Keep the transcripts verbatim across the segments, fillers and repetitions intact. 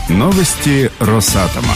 Новости Росатома.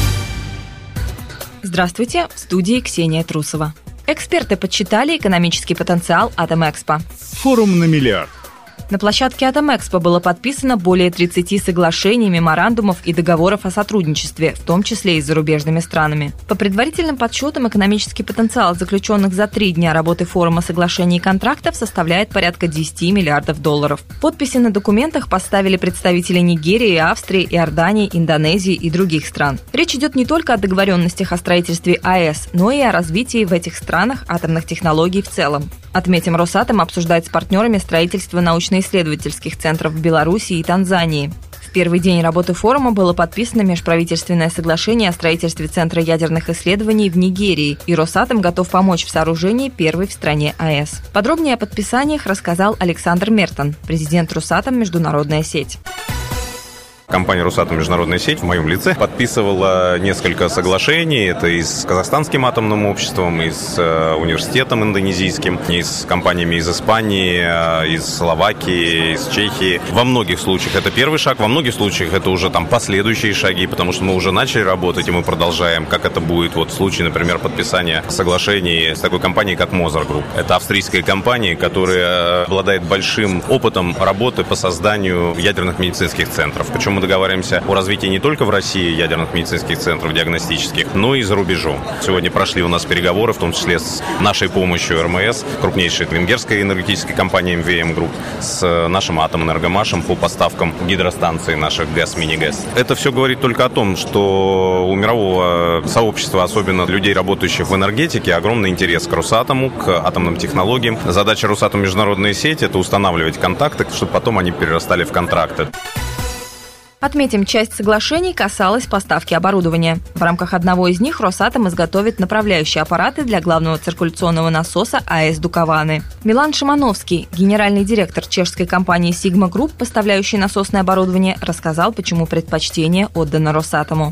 Здравствуйте, в студии Ксения Трусова. Эксперты подсчитали экономический потенциал Атомэкспо. Форум на миллиард. На площадке Атомэкспо было подписано более тридцати соглашений, меморандумов и договоров о сотрудничестве, в том числе и с зарубежными странами. По предварительным подсчетам, экономический потенциал заключенных за три дня работы форума соглашений и контрактов составляет порядка десяти миллиардов долларов. Подписи на документах поставили представители Нигерии, Австрии, Иордании, Индонезии и других стран. Речь идет не только о договоренностях о строительстве АЭС, но и о развитии в этих странах атомных технологий в целом. Отметим, Росатом обсуждает с партнерами строительство научно-исследовательских центров в Беларуси и Танзании. В первый день работы форума было подписано межправительственное соглашение о строительстве Центра ядерных исследований в Нигерии, и Росатом готов помочь в сооружении первой в стране АЭС. Подробнее о подписаниях рассказал Александр Мертон, президент Росатом «Международная сеть». Компания «Росатом. Международная сеть» в моем лице подписывала несколько соглашений. Это и с Казахстанским атомным обществом, и с университетом индонезийским, и с компаниями из Испании, из Словакии, из Чехии. Во многих случаях это первый шаг, во многих случаях это уже там последующие шаги, потому что мы уже начали работать, и мы продолжаем. Как это будет вот в случае, например, подписания соглашений с такой компанией, как Mozar Group. Это австрийская компания, которая обладает большим опытом работы по созданию ядерных медицинских центров. Причем мы договариваемся о развитии не только в России ядерных медицинских центров диагностических, но и за рубежом. Сегодня прошли у нас переговоры, в том числе с нашей помощью эр эм эс, крупнейшей венгерской энергетической компании эм ви эм Group, с нашим Атомэнергомашем по поставкам гидростанций наших ГЭС, мини-ГЭС. Это все говорит только о том, что у мирового сообщества, особенно людей, работающих в энергетике, огромный интерес к Росатому, к атомным технологиям. Задача Росатом «Международная сеть» — это устанавливать контакты, чтобы потом они перерастали в контракты. Отметим, часть соглашений касалась поставки оборудования. В рамках одного из них Росатом изготовит направляющие аппараты для главного циркуляционного насоса АЭС Дукованы. Милан Шимановский, генеральный директор чешской компании Sigma Group, поставляющей насосное оборудование, рассказал, почему предпочтение отдано Росатому.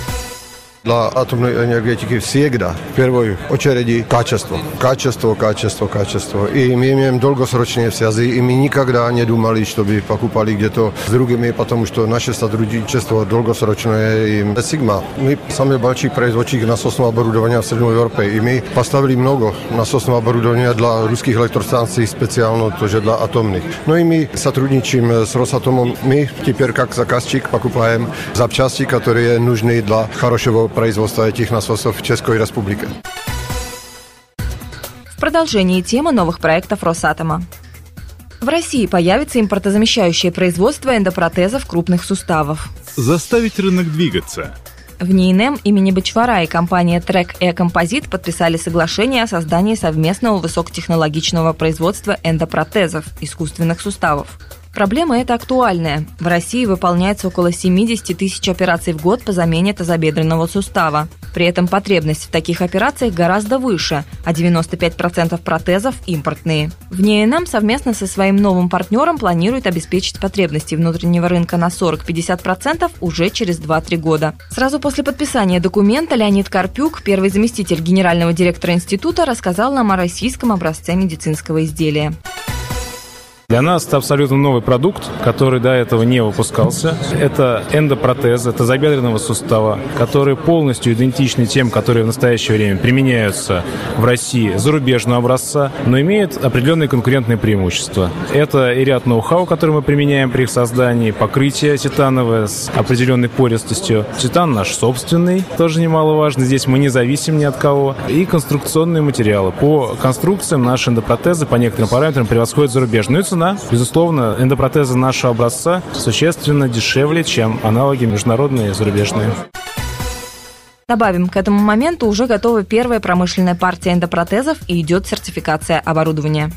Для атомной энергетики всегда в первой очереди качество. Качество, качество, качество. И мы имеем долгосрочные связи, и мы никогда не думали, чтобы покупали где-то с другими, потому что наше сотрудничество долгосрочное. И Sigma. Мы самый большой производитель насосного оборудования в Средней Европе, и мы поставили много насосного оборудования для русских электростанций, специально тоже для атомных. Но и мы сотрудничаем с Росатомом. Мы теперь как заказчик покупаем запчасти, которые нужны для хорошего производства этих насосов в Чешской Республике. В продолжении темы новых проектов Росатома. В России появится импортозамещающее производство эндопротезов крупных суставов. Заставить рынок двигаться. В НИИНЭМ имени Бачвара и компания Трек Э Композит подписали соглашение о создании совместного высокотехнологичного производства эндопротезов искусственных суставов. Проблема эта актуальная. В России выполняется около семьдесят тысяч операций в год по замене тазобедренного сустава. При этом потребность в таких операциях гораздо выше, а девяносто пять процентов протезов импортные. В НИИНЭМ совместно со своим новым партнером планирует обеспечить потребности внутреннего рынка на сорок-пятьдесят процентов уже через два-три года. Сразу после подписания документа Леонид Карпюк, первый заместитель генерального директора института, рассказал нам о российском образце медицинского изделия. Для нас это абсолютно новый продукт, который до этого не выпускался. Это эндопротезы тазобедренного сустава, которые полностью идентичны тем, которые в настоящее время применяются в России зарубежного образца, но имеют определенные конкурентные преимущества. Это и ряд ноу-хау, который мы применяем при их создании, покрытие титановое с определенной пористостью. Титан наш собственный, тоже немаловажно. Здесь мы не зависим ни от кого. И конструкционные материалы. По конструкциям наши эндопротезы по некоторым параметрам превосходят зарубежные. Безусловно, эндопротезы нашего образца существенно дешевле, чем аналоги международные и зарубежные. Добавим, к этому моменту уже готова первая промышленная партия эндопротезов и идет сертификация оборудования.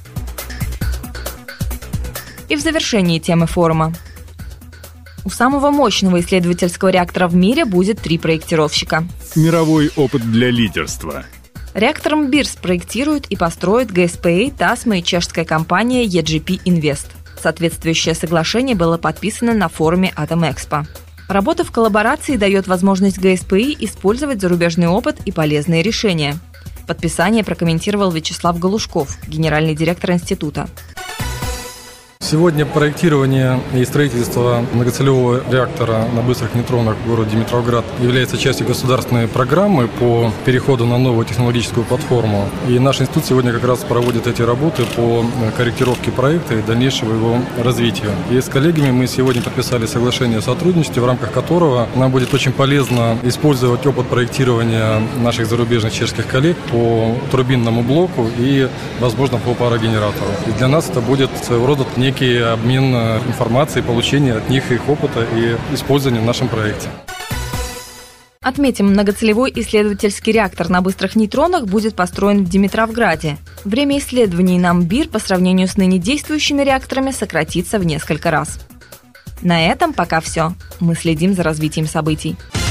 И в завершении темы форума. У самого мощного исследовательского реактора в мире будет три проектировщика. Мировой опыт для лидерства. Реактор МБИРС проектирует и построит ГСПА, Тасма и чешская компания и джи пи Invest. Соответствующее соглашение было подписано на форуме Атомэкспо. Работа в коллаборации дает возможность ГСПА использовать зарубежный опыт и полезные решения. Подписание прокомментировал Вячеслав Галушков, генеральный директор института. Сегодня проектирование и строительство многоцелевого реактора на быстрых нейтронах в городе Димитровград является частью государственной программы по переходу на новую технологическую платформу. И наш институт сегодня как раз проводит эти работы по корректировке проекта и дальнейшего его развития. И с коллегами мы сегодня подписали соглашение о сотрудничестве, в рамках которого нам будет очень полезно использовать опыт проектирования наших зарубежных чешских коллег по турбинному блоку и, возможно, по парогенератору. И для нас это будет своего рода некий обмен информацией, получение от них их опыта и использование в нашем проекте. Отметим, многоцелевой исследовательский реактор на быстрых нейтронах будет построен в Димитровграде. Время исследований на МБИР по сравнению с ныне действующими реакторами сократится в несколько раз. На этом пока все. Мы следим за развитием событий.